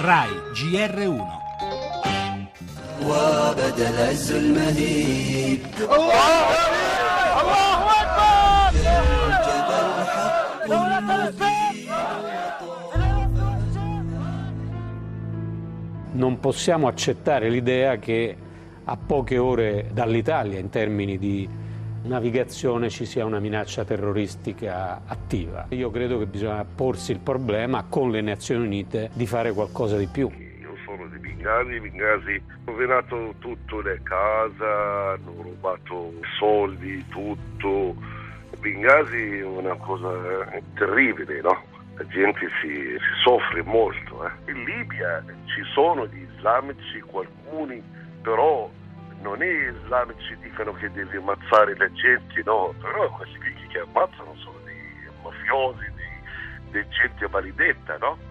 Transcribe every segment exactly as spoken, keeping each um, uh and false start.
Rai G R uno. وبدا العز المهيب الله أكبر جبل حق Non possiamo accettare l'idea che a poche ore dall'Italia, in termini di navigazione, ci sia una minaccia terroristica attiva. Io credo che bisogna porsi il problema con le Nazioni Unite di fare qualcosa di più. Io sono di Bengasi, Bengasi hanno rovinato tutto, le case, hanno rubato soldi, tutto. Bengasi è una cosa terribile, no? La gente si, si soffre molto. Eh. In Libia ci sono gli islamici, qualcuno, però non è islamici dicono che devi ammazzare la gente, no, però questi che, che ammazzano sono dei mafiosi, dei, dei gente maledetta, no?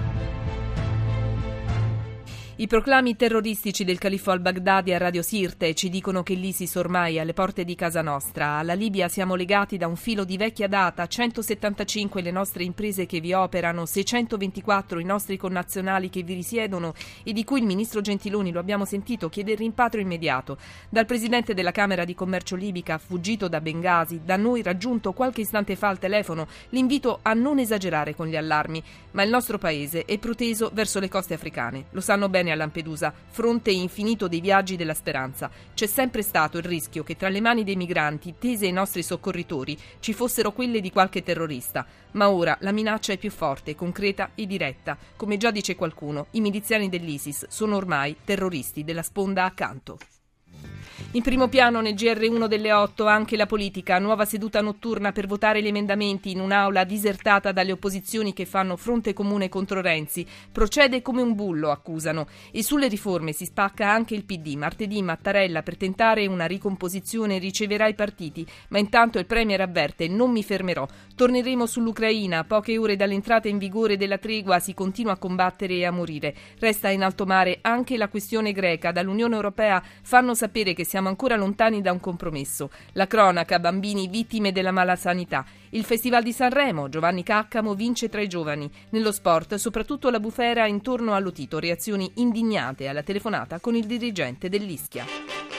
I proclami terroristici del califfo al-Baghdadi a Radio Sirte ci dicono che l'ISIS ormai è alle porte di casa nostra. Alla Libia siamo legati da un filo di vecchia data, centosettantacinque le nostre imprese che vi operano, seicentoventiquattro i nostri connazionali che vi risiedono e di cui il ministro Gentiloni, lo abbiamo sentito, chiede il rimpatrio immediato. Dal presidente della Camera di Commercio libica, fuggito da Bengasi, da noi raggiunto qualche istante fa al telefono, l'invito a non esagerare con gli allarmi, ma il nostro paese è proteso verso le coste africane. Lo sanno bene a Lampedusa, fronte infinito dei viaggi della speranza. C'è sempre stato il rischio che tra le mani dei migranti, tese ai nostri soccorritori, ci fossero quelle di qualche terrorista. Ma ora la minaccia è più forte, concreta e diretta. Come già dice qualcuno, i miliziani dell'ISIS sono ormai terroristi della sponda accanto. In primo piano nel G R uno delle otto anche la politica, nuova seduta notturna per votare gli emendamenti in un'aula disertata dalle opposizioni che fanno fronte comune contro Renzi. Procede come un bullo, accusano. E sulle riforme si spacca anche il P D. Martedì Mattarella per tentare una ricomposizione riceverà i partiti, ma intanto il Premier avverte: non mi fermerò. Torneremo sull'Ucraina, a poche ore dall'entrata in vigore della tregua si continua a combattere e a morire. Resta in alto mare anche la questione greca. Dall'Unione Europea fanno sapere che siamo ancora lontani da un compromesso. La cronaca, bambini vittime della malasanità. Il Festival di Sanremo, Giovanni Caccamo vince tra i giovani. Nello sport, soprattutto la bufera intorno a Lotito, reazioni indignate alla telefonata con il dirigente dell'Ischia.